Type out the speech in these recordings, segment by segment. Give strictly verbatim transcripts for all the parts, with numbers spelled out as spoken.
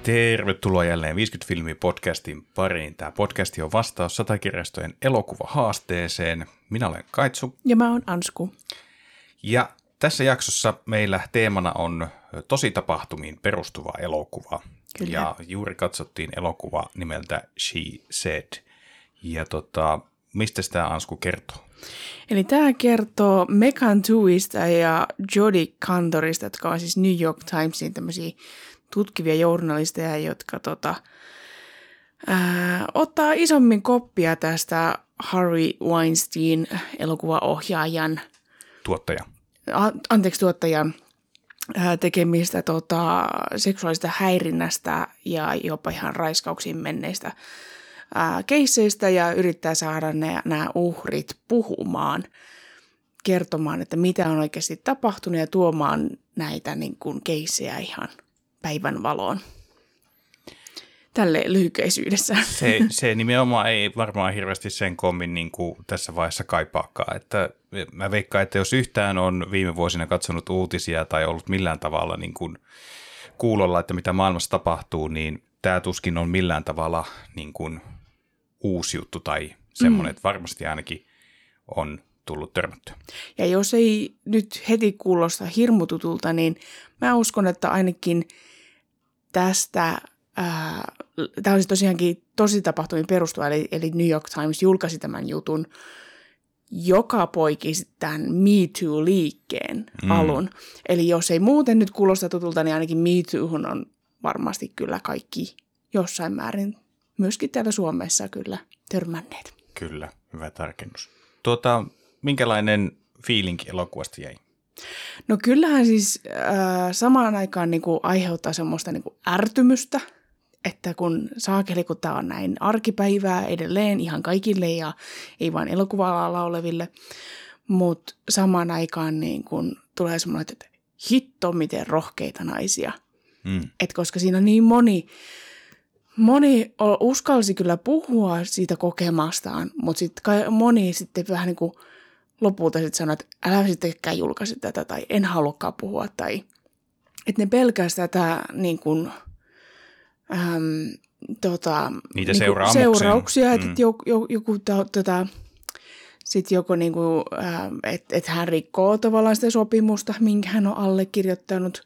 Tervetuloa jälleen viisikymmentä filmiä podcastin pariin. Tämä podcasti on vastaus Satakirjastojen elokuvahaasteeseen. Minä olen Kaitsu. Ja mä oon Ansku. Ja tässä jaksossa meillä teemana on tositapahtumiin perustuva elokuva. Kyllä. Ja juuri katsottiin elokuva nimeltä She Said. Ja tota, mistä tämä Ansku kertoo? Eli tämä kertoo Megan Tuista ja Jodie Kantorista, jotka on siis New York Timesin tämmöisiä tutkivia journalisteja, jotka tota, ää, ottaa isommin koppia tästä Harvey Weinstein elokuvaohjaajan, Tuottaja. A, anteeksi tuottajan ää, tekemistä tota, seksuaalista häirinnästä ja jopa ihan raiskauksiin menneistä ää, keisseistä ja yrittää saada ne, nämä uhrit puhumaan, kertomaan, että mitä on oikeasti tapahtunut ja tuomaan näitä niin kuin keissejä ihan päivän valoon. Tälle lyhykäisyydessä. Se, se nimenomaan ei varmaan hirveästi sen kommin niin kuin tässä vaiheessa kaipaakaan. Että mä veikkaan, että jos yhtään on viime vuosina katsonut uutisia tai ollut millään tavalla niin kuin kuulolla, että mitä maailmassa tapahtuu, niin tämä tuskin on millään tavalla niin kuin uusi juttu tai semmoinen, mm. että varmasti ainakin on tullut törmättyä. Ja jos ei nyt heti kuulosta hirmututulta, niin mä uskon, että ainakin tästä, ää, tämä on siis tosiaankin tositapahtumiin perustuva, eli, eli New York Times julkaisi tämän jutun, joka poikisi tämän Me Too-liikkeen mm. alun. Eli jos ei muuten nyt kuulosta tutulta, niin ainakin Me Toohun on varmasti kyllä kaikki jossain määrin, myöskin täällä Suomessa kyllä törmänneet. Kyllä, hyvä tarkennus. Tuota, minkälainen fiilinki elokuvasta jäi? No kyllähän siis äh, samaan aikaan niin kuin aiheuttaa semmoista niin kuin ärtymystä, että kun saakeli, kun tämä on näin arkipäivää edelleen ihan kaikille ja ei vain elokuva-alalla oleville, mutta samaan aikaan niin kuin tulee semmoinen, että hitto miten rohkeita naisia. Mm. Et koska siinä on niin moni, moni uskalsi kyllä puhua siitä kokemastaan, mutta sitten moni sitten vähän niin kuin lopulta sitten sanoi, että älä sittenkään julkaise tätä tai en haluakaan puhua. Tai että ne pelkäs tätä niin kuin, äm, tota, niitä niin kuin seurauksia. Mm. Että joku, joku tota, sitten joko niin kuin, äh, että et hän rikkoo tavallaan sitä sopimusta, minkä hän on allekirjoittanut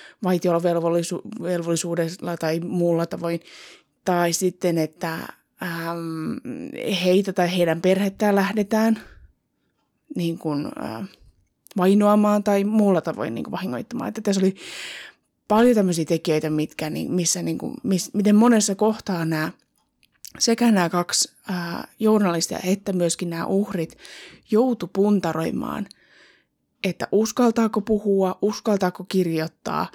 vaitiolovelvollisuudella tai muulla tavoin. Tai sitten, että äm, heitä tai heidän perhettään lähdetään niin kuin, äh, vainoamaan tai muulla tavoin niin kuin vahingoittamaan. Että tässä oli paljon tämmöisiä tekijöitä, mitkä, niin, missä, niin kuin, miss, miten monessa kohtaa nämä, sekä nämä kaksi äh, journalistia että myöskin nämä uhrit joutu puntaroimaan, että uskaltaako puhua, uskaltaako kirjoittaa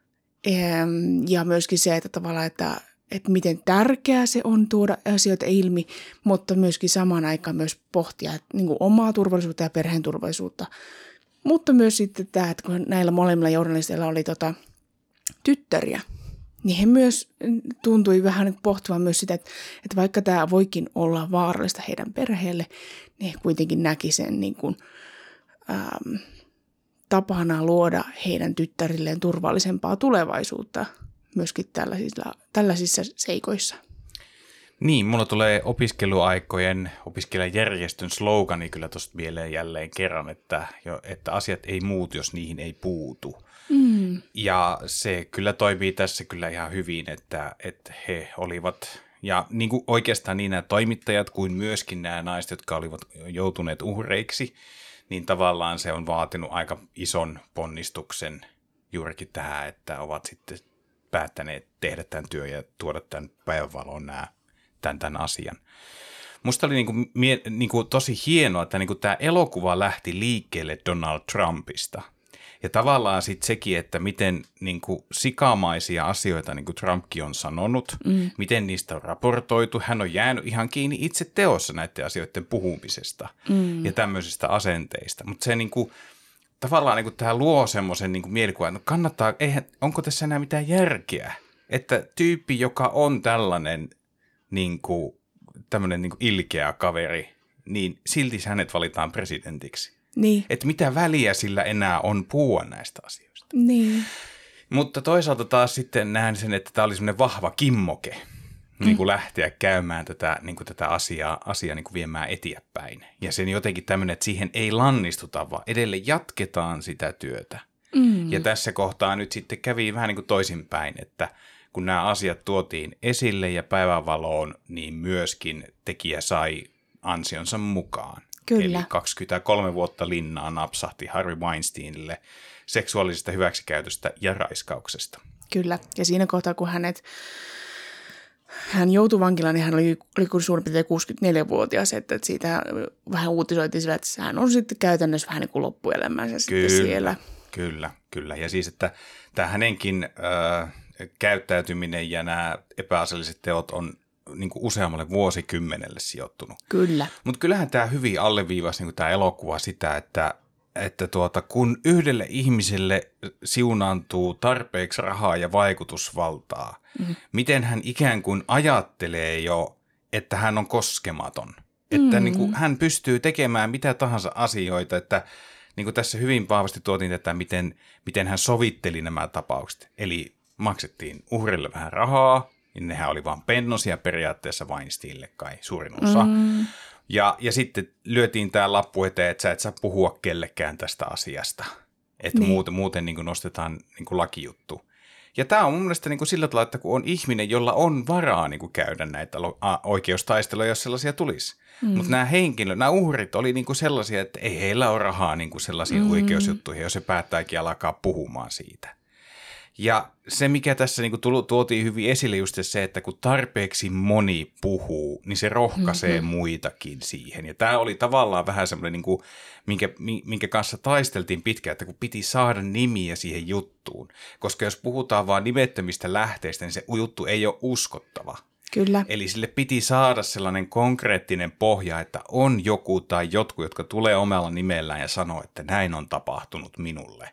ähm, ja myöskin se, että tavallaan, että että miten tärkeää se on tuoda asioita ilmi, mutta myöskin samaan aikaan myös pohtia niin kuin omaa turvallisuutta ja perheen turvallisuutta. Mutta myös sitten tämä, että kun näillä molemmilla journalisteilla oli tota, tyttäriä, niin he myös tuntui vähän pohtimaan myös sitä, että, että vaikka tämä voikin olla vaarallista heidän perheelle, niin he kuitenkin näki sen niin kuin, ähm, tapana luoda heidän tyttärilleen turvallisempaa tulevaisuutta myöskin tällaisissa, tällaisissa seikoissa. Niin, mulla tulee opiskeluaikojen opiskelijajärjestön slogani kyllä tuosta mieleen jälleen kerran, että, jo, että asiat ei muutu, jos niihin ei puutu. Mm. Ja se kyllä toimii tässä kyllä ihan hyvin, että, että he olivat, ja niin kuin oikeastaan niin nämä toimittajat kuin myöskin nämä naiset, jotka olivat joutuneet uhreiksi, niin tavallaan se on vaatinut aika ison ponnistuksen juurikin tähän, että ovat sitten päättäneet tehdä tämän työn ja tuoda tämän päivänvaloon nämä, tämän, tämän asian. Musta oli niin kuin, mie, niin kuin tosi hienoa, että niin kuin tämä elokuva lähti liikkeelle Donald Trumpista. Ja tavallaan sitten sekin, että miten niin kuin sikamaisia asioita niin kuin Trumpkin on sanonut, mm. miten niistä on raportoitu. Hän on jäänyt ihan kiinni itse teossa näiden asioiden puhumisesta mm. ja tämmöisistä asenteista. Mutta se niin kuin tavallaan niin kuin tämä luo semmoisen niin kuin mielikuvan, että kannattaa, eihän, onko tässä enää mitään järkeä, että tyyppi, joka on tällainen niin kuin, tämmöinen niin kuin ilkeä kaveri, niin silti hänet valitaan presidentiksi. Niin. Että mitä väliä sillä enää on puhua näistä asioista. Niin. Mutta toisaalta taas sitten näen sen, että tämä oli semmoinen vahva kimmoke mm. niin kuin lähteä käymään tätä, niin kuin tätä asiaa, asiaa niin kuin viemään eteenpäin. Ja sen jotenkin tämmöinen, että siihen ei lannistuta, vaan edelleen jatketaan sitä työtä. Mm. Ja tässä kohtaa nyt sitten kävi vähän niin kuin toisinpäin, että kun nämä asiat tuotiin esille ja päivänvaloon, niin myöskin tekijä sai ansionsa mukaan. Kyllä. Eli kaksikymmentäkolme vuotta linnaa napsahti Harvey Weinsteinille seksuaalisesta hyväksikäytöstä ja raiskauksesta. Kyllä, ja siinä kohtaa, kun hänet, hän joutui vankilaan, niin hän oli, oli suurin piirtein kuusikymmentäneljävuotias, että siitä vähän uutisoitiin sillä, että hän on sitten käytännössä vähän niin kuin loppuelämänsä kyllä, sitten siellä. Kyllä, kyllä. Ja siis, että tämä hänenkin äh, käyttäytyminen ja nämä epäasialliset teot on niin kuin useammalle vuosikymmenelle sijoittunut. Kyllä. Mutta kyllähän tämä hyvin alleviivasi niin tämä elokuva sitä, että, että tuota, kun yhdelle ihmiselle siunaantuu tarpeeksi rahaa ja vaikutusvaltaa, mm. miten hän ikään kuin ajattelee jo, että hän on koskematon. Mm. Että niin kuin, hän pystyy tekemään mitä tahansa asioita, että niin kuin tässä hyvin vahvasti tuotiin tätä, miten, miten hän sovitteli nämä tapaukset. Eli maksettiin uhrille vähän rahaa, niin nehän oli vaan pennosia periaatteessa Weinsteinille kai suurin osa. Mm. Ja, ja sitten lyötiin tämä lappu eteen, että sä et saa puhua kellekään tästä asiasta. Että niin. muuten, muuten niin kuin nostetaan niin kuin lakijuttu. Ja tämä on mun mielestä niin kuin sillä tavalla, että kun on ihminen, jolla on varaa niin kuin käydä näitä oikeustaisteluja, jos sellaisia tulisi. Mm. Mutta nämä henkilöt, nämä uhrit oli niin kuin sellaisia, että ei heillä ole rahaa niin kuin sellaisiin mm. oikeusjuttuihin, jos se päättääkin alkaa puhumaan siitä. Ja se, mikä tässä niin kuin tuotiin hyvin esille just se, että kun tarpeeksi moni puhuu, niin se rohkaisee mm-hmm. muitakin siihen. Ja tämä oli tavallaan vähän semmoinen, niin kuin, minkä, minkä kanssa taisteltiin pitkään, että kun piti saada nimiä siihen juttuun. Koska jos puhutaan vaan nimettömistä lähteistä, niin se juttu ei ole uskottava. Kyllä. Eli sille piti saada sellainen konkreettinen pohja, että on joku tai jotkut, jotka tulee omalla nimellään ja sanoo, että näin on tapahtunut minulle.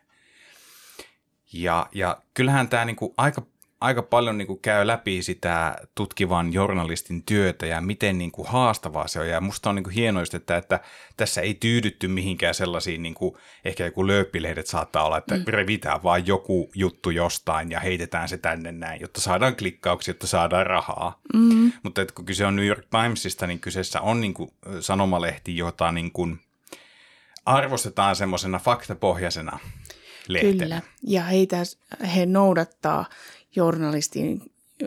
Ja, ja kyllähän tämä niinku aika, aika paljon niinku käy läpi sitä tutkivan journalistin työtä ja miten niinku haastavaa se on. Ja musta on niinku hienoista, että, että tässä ei tyydytty mihinkään sellaisiin, niinku, ehkä joku lööppilehdet saattaa olla, että mm. revitään vaan joku juttu jostain ja heitetään se tänne näin, jotta saadaan klikkauksia, jotta saadaan rahaa. Mm. Mutta että kun kyse on New York Timesista, niin kyseessä on niinku sanomalehti, jota niinku arvostetaan semmoisena faktapohjaisena lehtenä. Kyllä, ja heitä, he noudattaa journalistin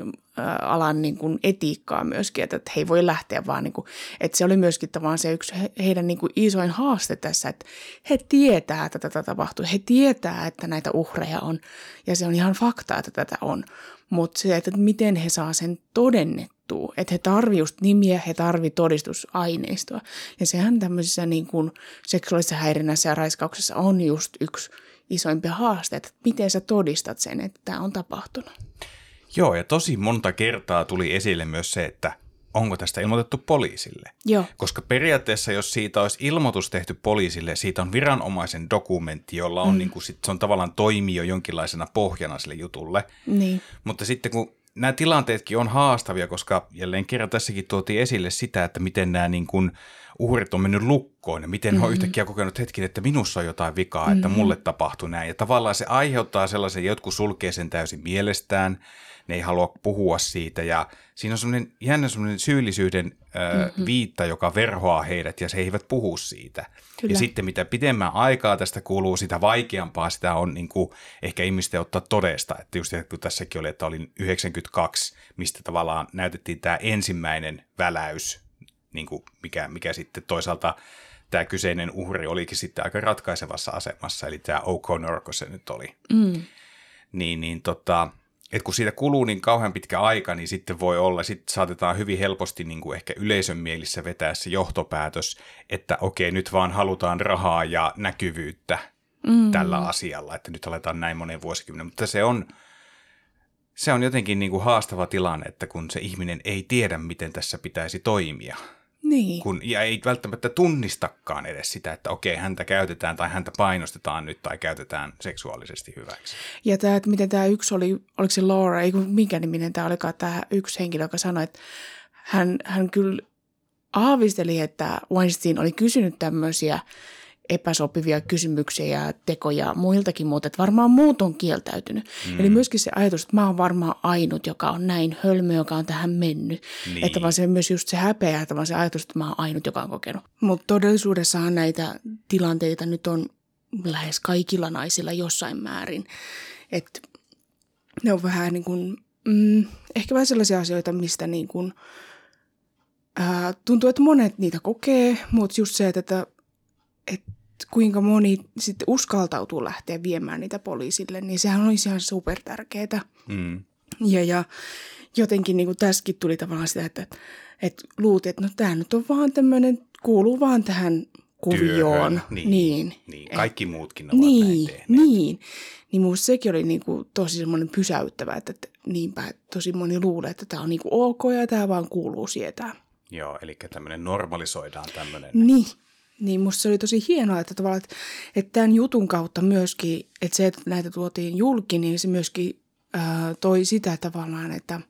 alan niin kuin etiikkaa myöskin, että he ei voi lähteä vaan, niin kuin, että se oli myöskin tavallaan se yksi heidän niin kuin isoin haaste tässä, että he tietää, että tätä tapahtuu, he tietää, että näitä uhreja on, ja se on ihan fakta, että tätä on, mutta se, että miten he saa sen todennettua, että he tarvitsevat just nimiä, he tarvitsevat todistusaineistoa, ja sehän tämmöisessä niin kuin seksuaalisessa häirinnässä ja raiskauksessa on just yksi isoimpia haasteita, että miten sä todistat sen, että tämä on tapahtunut. Joo, ja tosi monta kertaa tuli esille myös se, että onko tästä ilmoitettu poliisille. Joo. Koska periaatteessa, jos siitä olisi ilmoitus tehty poliisille, siitä on viranomaisen dokumentti, jolla on, mm. niin kuin, sit, se on tavallaan toimii jo jonkinlaisena pohjana sille jutulle. Niin. Mutta sitten kun nämä tilanteetkin on haastavia, koska jälleen kerran tässäkin tuotiin esille sitä, että miten nämä niin kuin uhrit on mennyt lukkoon ja miten mm-hmm. he on yhtäkkiä kokenut hetkin, että minussa on jotain vikaa, mm-hmm. että mulle tapahtui näin. Ja tavallaan se aiheuttaa sellaisen, jotkut sulkee sen täysin mielestään, ne ei halua puhua siitä ja siinä on semmoinen jännä semmoinen syyllisyyden ö, mm-hmm. viitta, joka verhoaa heidät ja se eivät puhu siitä. Kyllä. Ja sitten mitä pidemmän aikaa tästä kuuluu, sitä vaikeampaa sitä on niin kuin ehkä ihmisten ottaa todesta. Että just kun tässäkin oli, että olin yhdeksänkymmentäkaksi, mistä tavallaan näytettiin tämä ensimmäinen väläys, niin kuin mikä, mikä sitten toisaalta tämä kyseinen uhri olikin sitten aika ratkaisevassa asemassa, eli tämä O'Connor, kun se nyt oli. Mm. Niin, niin tota, että kun siitä kuluu niin kauhean pitkä aika, niin sitten voi olla, sitten saatetaan hyvin helposti niin kuin ehkä yleisön mielissä vetää se johtopäätös, että okei, nyt vaan halutaan rahaa ja näkyvyyttä mm. tällä asialla, että nyt aletaan näin monen vuosikymmenen, mutta se on, se on jotenkin niin kuin haastava tilanne, että kun se ihminen ei tiedä, miten tässä pitäisi toimia. Niin. Kun, ja ei välttämättä tunnistakaan edes sitä, että okei, häntä käytetään tai häntä painostetaan nyt tai käytetään seksuaalisesti hyväksi. Ja tämä, että miten tämä yksi oli, oliko se Laura, ei mikä niminen tämä olikaan tämä yksi henkilö, joka sanoi, että hän, hän kyllä aavisteli, että Weinstein oli kysynyt tämmöisiä epäsopivia kysymyksiä ja tekoja muiltakin, mutta että varmaan muut on kieltäytynyt. Mm. Eli myöskin se ajatus, että mä oon varmaan ainut, joka on näin hölmö, joka on tähän mennyt. Niin. Että vaan se myös just se häpeä, että vaan se ajatus, että mä oon ainut, joka on kokenut. Mutta todellisuudessahan näitä tilanteita nyt on lähes kaikilla naisilla jossain määrin. Että ne on vähän niin kuin, mm, ehkä vähän sellaisia asioita, mistä niin kuin, ää, tuntuu, että monet niitä kokee, mutta just se, että, että, että kuinka moni sitten uskaltautuu lähteä viemään niitä poliisille, niin sehän olisi ihan supertärkeää. Mm. Ja, ja jotenkin niin kuin tässäkin tuli tavallaan sitä, että, että luultiin, että no tämä nyt on vaan tämmöinen, kuuluu vaan tähän kuvioon. Niin, niin. niin. Kaikki Et, muutkin ovat niin, näin tehneet. Niin, niin musta sekin oli niin kuin tosi semmoinen pysäyttävä, että, että niinpä että tosi moni luulee, että tämä on niin kuin ok ja tämä vaan kuuluu sietään. Joo, eli tämmöinen normalisoidaan tämmöinen. Niin. Niin musta se oli tosi hienoa, että tavallaan, että, että tämän jutun kautta myöskin, että se, että näitä tuotiin julki, niin se myöskin ää, toi sitä tavallaan, että,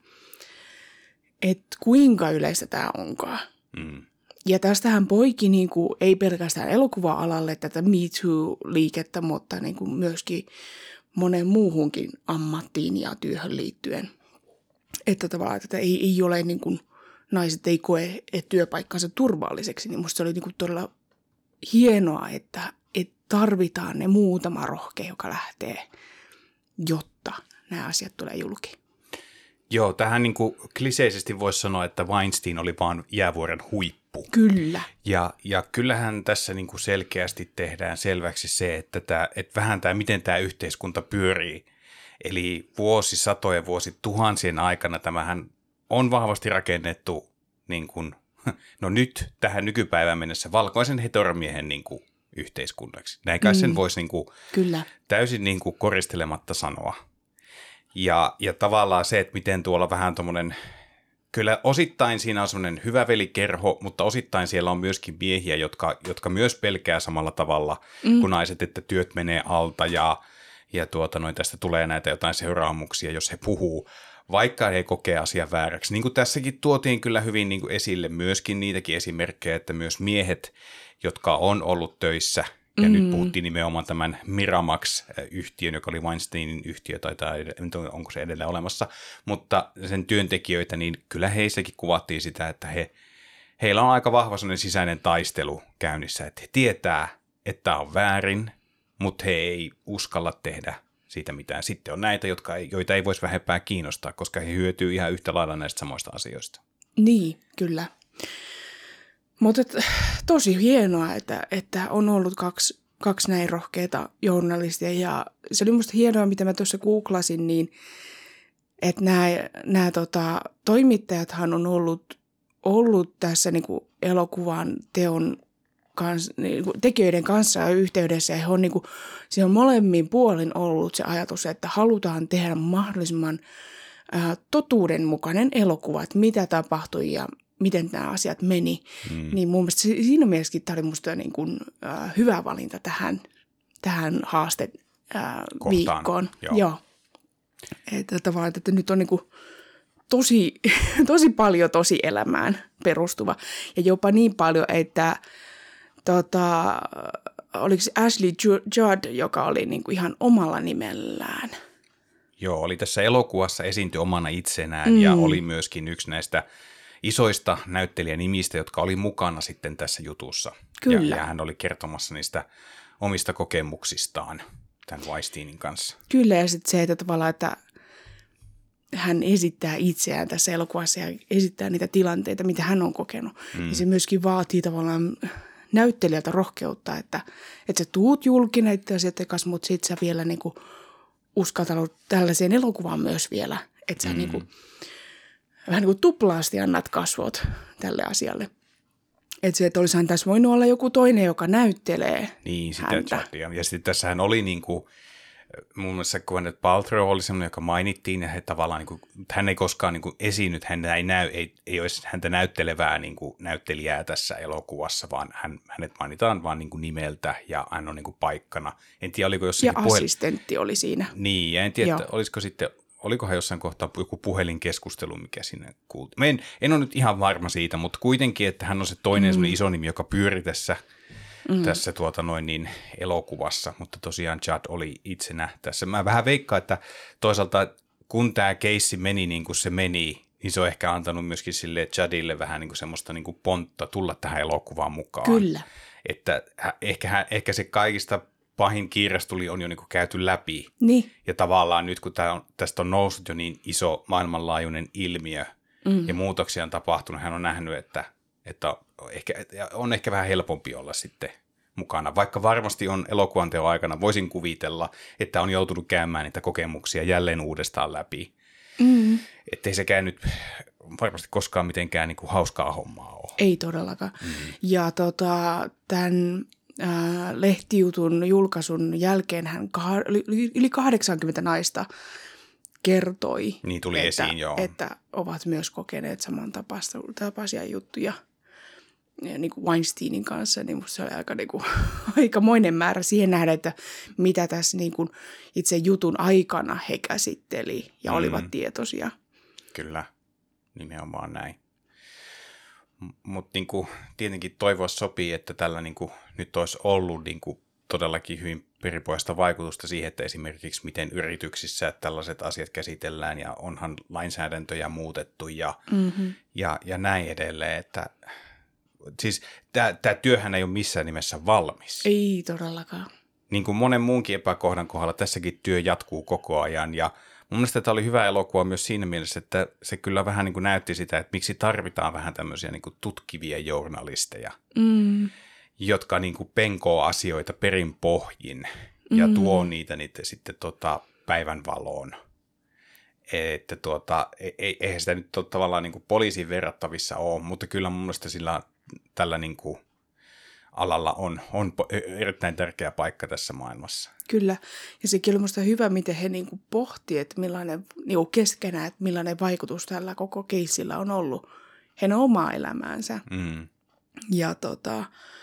että kuinka yleistä tämä onkaan. Mm. Ja tästähän poiki niin kuin, ei pelkästään elokuva-alalle tätä Me Too-liikettä, mutta niin kuin myöskin monen muuhunkin ammattiin ja työhön liittyen. Että tavallaan, että ei, ei ole niin kuin, naiset ei koe työpaikkansa turvalliseksi, niin musta se oli niin kuin todella hienoa, että, että tarvitaan ne muutama rohkea, joka lähtee, jotta nämä asiat tulee julki. Joo, tähän niin kuin kliseisesti voisi sanoa, että Weinstein oli vaan jäävuoren huippu. Kyllä. Ja, ja kyllähän tässä niin kuin selkeästi tehdään selväksi se, että, tämä, että vähän tämä, miten tämä yhteiskunta pyörii. Eli vuosisatojen, vuosituhansien aikana tämähän on vahvasti rakennettu niin kuin, no nyt tähän nykypäivään mennessä valkoisen heteromiehen niin kuin yhteiskunnaksi. Näin kai mm. sen voisi niin kuin Kyllä. täysin niin kuin koristelematta sanoa. Ja, ja tavallaan se, että miten tuolla vähän tuommoinen, kyllä osittain siinä on semmoinen hyvä velikerho, mutta osittain siellä on myöskin miehiä, jotka, jotka myös pelkää samalla tavalla mm. kuin naiset, että työt menee alta ja, ja tuota, noin tästä tulee näitä jotain seuraamuksia, jos he puhuu, vaikka he kokee asian vääräksi. Niin kuin tässäkin tuotiin kyllä hyvin niin kuin esille myöskin niitäkin esimerkkejä, että myös miehet, jotka on ollut töissä, ja mm. nyt puhuttiin nimenomaan tämän Miramax-yhtiön, joka oli Weinsteinin yhtiö, tai onko se edelleen olemassa, mutta sen työntekijöitä, niin kyllä heissäkin kuvattiin sitä, että he, heillä on aika vahva sellainen sisäinen taistelu käynnissä, että he tietää, että on väärin, mutta he ei uskalla tehdä siitä mitään. Sitten on näitä, jotka ei, joita ei voisi vähempää kiinnostaa, koska he hyötyy ihan yhtä lailla näistä samoista asioista. Niin, kyllä. Mutta tosi hienoa, että, että on ollut kaksi, kaksi näin rohkeita journalistia ja se oli musta hienoa, mitä mä tuossa googlasin, niin että nämä, nämä tota, toimittajathan on ollut, ollut tässä niin kuin elokuvan teon kans, niin kuin tekijöiden kanssa yhteydessä ja he on, niin kuin, siinä on molemmin puolin ollut se ajatus, että halutaan tehdä mahdollisimman ää, totuudenmukainen elokuva, että mitä tapahtui ja miten nämä asiat meni, mm. niin mun mielestä siinä mielessäkin tämä oli musta niin kuin, äh, hyvä valinta tähän, tähän haasteviikkoon. Joo. Joo. Että tavallaan, että nyt on niin kuin tosi, tosi paljon tosi elämään perustuva. Ja jopa niin paljon, että tota, oliko se Ashley Judd, joka oli niin kuin ihan omalla nimellään. Joo, oli tässä elokuvassa esiintyi omana itsenään mm. ja oli myöskin yksi näistä isoista näyttelijänimistä, jotka oli mukana sitten tässä jutussa. Kyllä. Ja, ja hän oli kertomassa niistä omista kokemuksistaan tämän Weinsteinin kanssa. Kyllä, ja sitten se, että tavallaan, että hän esittää itseään tässä elokuvassa ja esittää niitä tilanteita, mitä hän on kokenut. Mm. Ja se myöskin vaatii tavallaan näyttelijältä rohkeutta, että, että sä tuut julki näitä asioiden kanssa, mutta sitten sä vielä niinku uskaltanut tällaiseen elokuvaan myös vielä, että sä mm. niinku vähän niin kuin tuplaasti annat kasvot tälle asialle. Että se, että olisihan tässä voinut olla joku toinen, joka näyttelee niin, sitä häntä. Jordia. Ja sitten tässähän oli niin kuin, mun mielestä Gwyneth Paltrow oli semmoinen, joka mainittiin, ja he tavallaan, niin kuin, hän ei koskaan niin kuin esiinnyt, hän ei, näy, ei, ei olisi häntä näyttelevää niin kuin näyttelijää tässä elokuvassa, vaan hän, hänet mainitaan vaan niin kuin nimeltä, ja hän on niin kuin paikkana. En tiedä, oliko jossakin ja puhel... assistentti oli siinä. Niin, ja en tiedä, että olisiko sitten... Olikohan jossain kohtaa joku puhelinkeskustelu, mikä sinne kuultiin. En, en ole nyt ihan varma siitä, mutta kuitenkin, että hän on se toinen mm. iso nimi, joka pyöri tässä mm. tässä tuota noin niin elokuvassa, mutta tosiaan Judd oli itsenä tässä. Mä vähän veikkaan, että toisaalta kun tämä keissi meni niin kuin se meni, niin se on ehkä antanut myöskin sille Juddille vähän niin kuin semmoista niin kuin pontta tulla tähän elokuvaan mukaan. Kyllä. Että ehkä, ehkä se kaikista pahin kiirastuli on jo niin kuin käyty läpi. Niin. Ja tavallaan nyt, kun tää on, tästä on noussut jo niin iso maailmanlaajuinen ilmiö mm. ja muutoksia on tapahtunut, hän on nähnyt, että, että ehkä, on ehkä vähän helpompi olla sitten mukana. Vaikka varmasti on elokuvan teon aikana, voisin kuvitella, että on joutunut käymään niitä kokemuksia jälleen uudestaan läpi. Mm. Että ei sekään nyt varmasti koskaan mitenkään niin kuin hauskaa hommaa ole. Ei todellakaan. Mm. Ja tota, tämän äh, lehtijutun julkaisun jälkeen hän kah- yli kahdeksankymmentä naista kertoi, niin tuli että, esiin, joo. että ovat myös kokeneet samantapaisia juttuja. Ja niin kuin Weinsteinin kanssa, niin musta se oli aika niin kuin, aikamoinen määrä siihen nähdä, että mitä tässä niin kuin itse jutun aikana he käsitteli ja mm. olivat tietoisia. Kyllä, nimenomaan näin. Mutta niin tietenkin toivoa sopii, että tällä niin kuin, nyt olisi ollut niin kuin, todellakin hyvin peripoista vaikutusta siihen, että esimerkiksi miten yrityksissä tällaiset asiat käsitellään ja onhan lainsäädäntöjä muutettu ja, mm-hmm. ja, ja näin edelleen, että siis tämä työhän ei ole missään nimessä valmis. Ei todellakaan. Niin kuin monen muunkin epäkohdan kohdalla, tässäkin työ jatkuu koko ajan. Ja mun mielestä tämä oli hyvä elokuva myös siinä mielessä, että se kyllä vähän niin kuin näytti sitä, että miksi tarvitaan vähän tämmöisiä niin kuin tutkivia journalisteja, mm. jotka niin kuin penkoo asioita perin pohjin ja mm. tuo niitä, niitä sitten tota päivänvaloon. Että tuota, ei, eihän sitä nyt ole tavallaan niin kuin poliisiin verrattavissa ole, mutta kyllä mun mielestä sillä tällä niin kuin alalla on, on erittäin tärkeä paikka tässä maailmassa. Kyllä, ja sekin oli minusta hyvä, miten he niin kuin pohti, että millainen niin kuin keskenään, että millainen vaikutus tällä koko keissillä on ollut heidän omaa elämäänsä. Mm. Ja tota,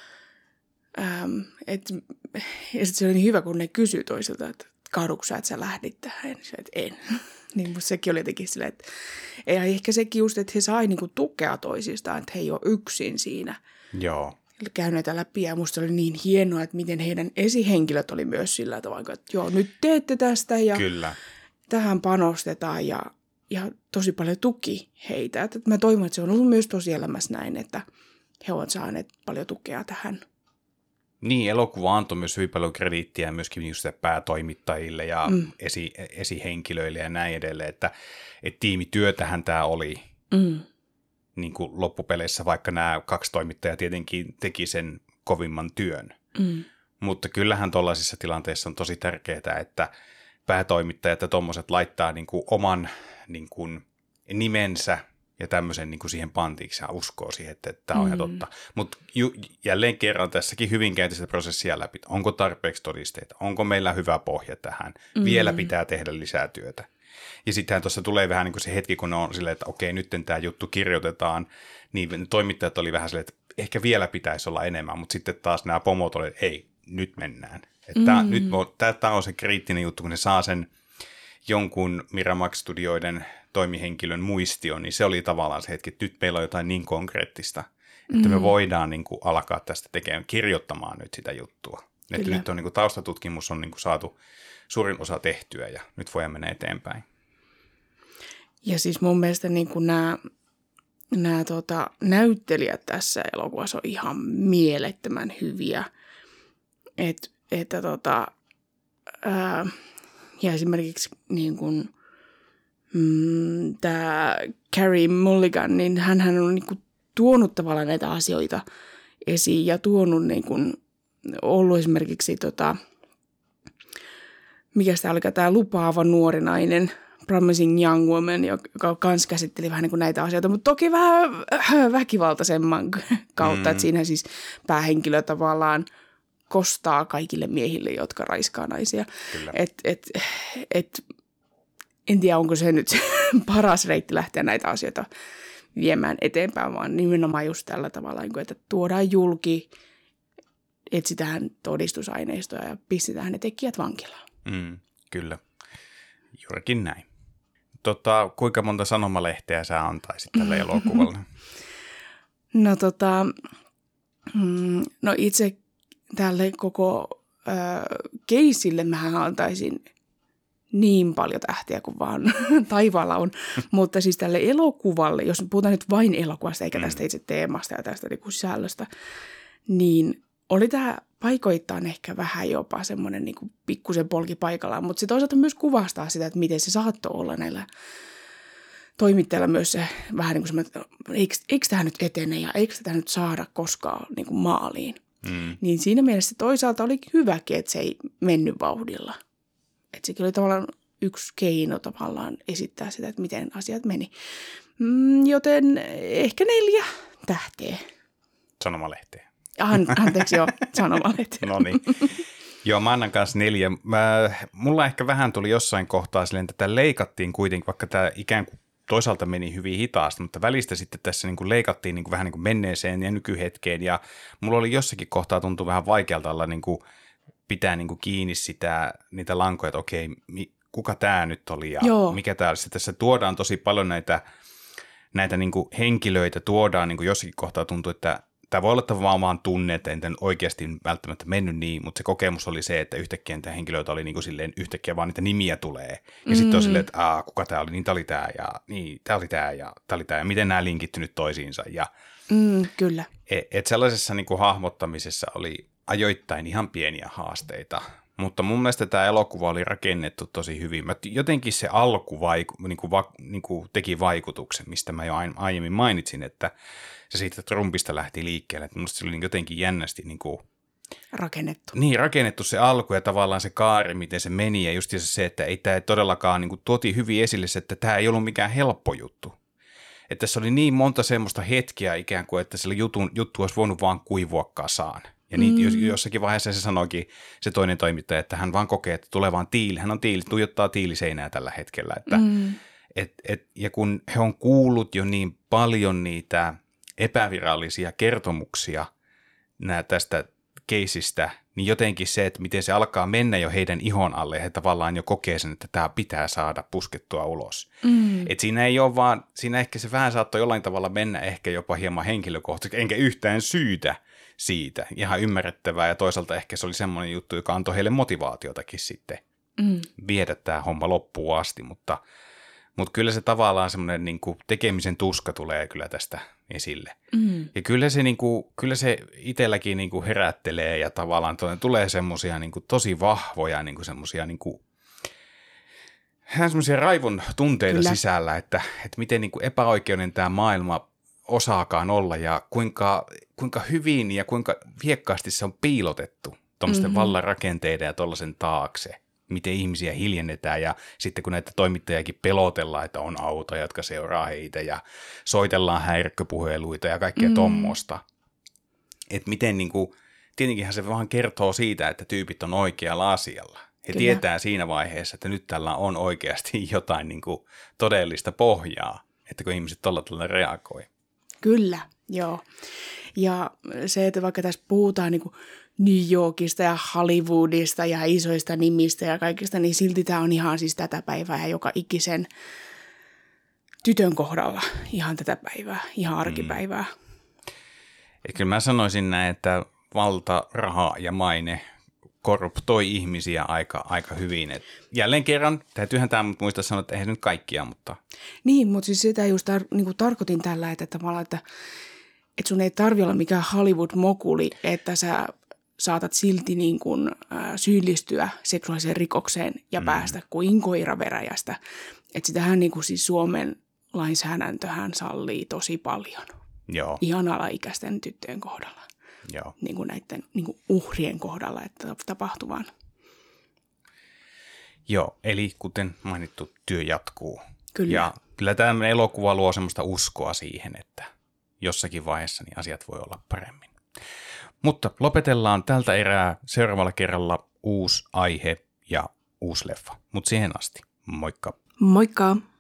ähm, et, ja sit se oli niin hyvä, kun ne kysyi toisilta, että kahdutko sä, että sä lähdit tähän, ja se, että en. Niin musta sekin oli jotenkin silleen, että ja ehkä sekin just, että he sai niinku tukea toisistaan, että he ei ole yksin siinä. Joo. Käyneitä läpi ja musta oli niin hienoa, että miten heidän esihenkilöt oli myös sillä tavalla, että joo, nyt teette tästä ja Kyllä. tähän panostetaan ja, ja tosi paljon tuki heitä. Että mä toivon, että se on ollut myös tosielämässä näin, että he ovat saaneet paljon tukea tähän. Niin, elokuva antoi myös hyvin paljon krediittiä myöskin just päätoimittajille ja mm. esi, esihenkilöille ja näin edelleen, että, että tiimityötähän tämä oli mm. niin kuin loppupeleissä, vaikka nämä kaksi toimittajaa tietenkin teki sen kovimman työn. Mm. Mutta kyllähän tuollaisissa tilanteissa on tosi tärkeää, että päätoimittajat ja tuommoiset laittaa niin kuin oman niin kuin nimensä ja tämmöisen niin kuin siihen pantiksi ja uskoo siihen, että tämä on mm. ihan totta. Mutta jälleen kerran tässäkin hyvin käytiin sitä prosessia läpi. Onko tarpeeksi todisteita? Onko meillä hyvä pohja tähän? Mm. Vielä pitää tehdä lisää työtä. Ja sittenhän tuossa tulee vähän niin kuin se hetki, kun on silleen, että okei, nyt tämä juttu kirjoitetaan, niin toimittajat oli vähän silleen, että ehkä vielä pitäisi olla enemmän, mutta sitten taas nämä pomot olivat, että ei, nyt mennään. Että mm. nyt tämä on se kriittinen juttu, kun ne saa sen jonkun Miramax-studioiden toimihenkilön muistio, niin se oli tavallaan se hetki, että nyt meillä on jotain niin konkreettista, että mm. me voidaan niin kuin alkaa tästä tekemään, kirjoittamaan nyt sitä juttua. Että nyt on niin kuin taustatutkimus on niin kuin saatu suurin osa tehtyä ja nyt voidaan mennä eteenpäin. Ja siis mun mielestä niin kuin nämä, nämä tota, näyttelijät tässä elokuvassa on ihan mielettömän hyviä. Et, että tota, ää, ja esimerkiksi niin kuin mm, tämä Carey Mulligan, niin hänhän on niin kuin tuonut tavallaan näitä asioita esiin ja tuonut niin kuin, ollut esimerkiksi tota, mikä sitä olikaan tämä lupaava nuori nainen, Promising Young Woman, joka myös käsitteli vähän niin kuin näitä asioita, mutta toki vähän väkivaltaisemman kautta, mm. että siinä siis päähenkilö tavallaan kostaa kaikille miehille, jotka raiskaa naisia. Et, et, et, en tiedä, onko se nyt se paras reitti lähteä näitä asioita viemään eteenpäin, vaan nimenomaan just tällä tavalla, että tuodaan julki, etsitään todistusaineistoja ja pistetään ne tekijät vankilaan. Mm, kyllä, juurikin näin. Tota, kuinka monta sanomalehteä sä antaisit tälle elokuvalle? No tota, no itse tälle koko äh, keisille mähän antaisin niin paljon tähtiä kuin vaan taivaalla on. Mutta siis tälle elokuvalle, jos puhutaan nyt vain elokuvasta eikä tästä itse teemasta ja tästä niin kuin sisällöstä, niin oli tämä paikoittain ehkä vähän jopa semmoinen niin kuin pikkusen polki paikallaan, mutta se toisaalta myös kuvastaa sitä, että miten se saattoi olla näillä toimittajilla myös se vähän niin kuin semmoinen, että eikö, eikö tämä nyt etene ja eikö tätä nyt saada koskaan niin kuin maaliin. Mm. Niin siinä mielessä toisaalta oli hyväkin, että se ei mennyt vauhdilla. Että sekin oli tavallaan yksi keino tavallaan esittää sitä, että miten asiat meni. Mm, joten ehkä neljä tähteä. Sanomalehteen. An, anteeksi joo, sanomalehteen. No niin. Joo, mä annan kanssa neljä. Mä, mulla ehkä vähän tuli jossain kohtaa silleen, että tätä leikattiin kuitenkin, vaikka tämä ikään kuin toisaalta meni hyvin hitaasti, mutta välistä sitten tässä niin kuin leikattiin niin kuin vähän niin kuin menneeseen ja nykyhetkeen. Ja mulla oli jossakin kohtaa tuntui vähän vaikealta olla niin kuin pitää niin kuin kiinni sitä, niitä lankoja, että okei, kuka tämä nyt oli ja Joo. mikä tämä oli. Sitten tässä tuodaan tosi paljon näitä, näitä niin kuin henkilöitä, tuodaan niin kuin jossakin kohtaa tuntuu, että tämä voi olla tavallaan vaan tunne, että en oikeasti välttämättä mennyt niin, mutta se kokemus oli se, että yhtäkkiä niitä henkilöitä oli niin kuin silleen, yhtäkkiä vaan niitä nimiä tulee. Ja mm-hmm. sitten on silleen, että Aa, kuka tämä oli, niin tämä oli tämä ja niin, tämä oli tämä ja tämä oli tämä ja miten nämä linkitty nyt toisiinsa. Ja mm, kyllä. Et, et sellaisessa niin kuin hahmottamisessa oli ajoittain ihan pieniä haasteita, mutta mun mielestä tämä elokuva oli rakennettu tosi hyvin. Mä, jotenkin se alku vaiku, niin kuin, va, niin kuin teki vaikutuksen, mistä mä jo aiemmin mainitsin, että se siitä Trumpista lähti liikkeelle, että musta se oli jotenkin jännästi niin kuin, rakennettu. Niin, rakennettu se alku ja tavallaan se kaari, miten se meni ja just se, että ei tämä todellakaan niin kuin, tuotiin hyvin esille se, että tämä ei ollut mikään helppo juttu. Että tässä oli niin monta semmoista hetkeä ikään kuin, että sillä jutun, juttu olisi voinut vaan kuivua kasaan. Ja niin, mm. jossakin vaiheessa se sanoikin se toinen toimittaja, että hän vaan kokee, että tulee vaan tiili. Hän on tiili, tuijottaa tiiliseinää tällä hetkellä. Että, mm. et, et, ja kun he on kuullut jo niin paljon niitä epävirallisia kertomuksia nää tästä keisistä, niin jotenkin se, että miten se alkaa mennä jo heidän ihon alle, he tavallaan jo kokee sen, että tämä pitää saada puskettua ulos. Mm. Et siinä ei ole vaan, siinä ehkä se vähän saattoi jollain tavalla mennä ehkä jopa hieman henkilökohtaisesti, enkä yhtään syytä siitä. Ihan ymmärrettävää ja toisaalta ehkä se oli semmoinen juttu, joka antoi heille motivaatiotakin sitten mm. viedä tämä homma loppuun asti, mutta, mutta kyllä se tavallaan semmoinen niin kuin tekemisen tuska tulee kyllä tästä esille. Mm. Ja kyllä se, niin kuin, kyllä se itselläkin niin kuin herättelee ja tavallaan tulee semmoisia niin kuin tosi vahvoja niin kuin semmoisia niin kuin semmoisia raivon tunteita kyllä. sisällä, että, että miten niin kuin epäoikeuden tämä maailma osaakaan olla ja kuinka, kuinka hyvin ja kuinka viekkaasti se on piilotettu tuommoisten mm-hmm. vallanrakenteiden ja tuollaisen taakse. Miten ihmisiä hiljennetään ja sitten kun näitä toimittajakin pelotellaan, että on autoja, jotka seuraa heitä ja soitellaan häirikköpuheluita ja kaikkea mm. tommoista. Että miten niin kuin, tietenkinhän se vaan kertoo siitä, että tyypit on oikealla asialla. He Kyllä. tietää siinä vaiheessa, että nyt tällä on oikeasti jotain niin kuin todellista pohjaa, että kun ihmiset tuolla tällä reagoi. Kyllä, joo. Ja se, että vaikka tässä puhutaan niin kuin New Yorkista ja Hollywoodista ja isoista nimistä ja kaikista, niin silti tämä on ihan siis tätä päivää ja joka ikisen tytön kohdalla ihan tätä päivää, ihan arkipäivää. Mm. Et kyllä mä sanoisin näin, että valta, raha ja maine korruptoi ihmisiä aika, aika hyvin. Et jälleen kerran, täytyyhän tämä muistaa sanoa, että eihän nyt kaikkia, mutta... Niin, mutta siis sitä just tar- niin kuin tarkoitin tällä, että tavallaan, että, että sun ei tarvitse olla mikään Hollywood-mokuli, että sä saatat silti niin kuin, äh, syyllistyä seksuaaliseen rikokseen ja mm. päästä kuin koira veräjästä. Että sitähän niin kuin siis Suomen lainsäädäntöhän sallii tosi paljon. Joo. Ihan alaikäisten tyttöjen kohdalla. Joo. Niin kuin näiden niin kuin uhrien kohdalla, että tapahtuvan. Joo, eli kuten mainittu, työ jatkuu. Kyllä. Ja kyllä tämä elokuva luo semmoista uskoa siihen, että jossakin vaiheessa niin asiat voi olla paremmin. Mutta lopetellaan tältä erää seuraavalla kerralla uusi aihe ja uusi leffa. Mutta siihen asti, moikka! Moikka!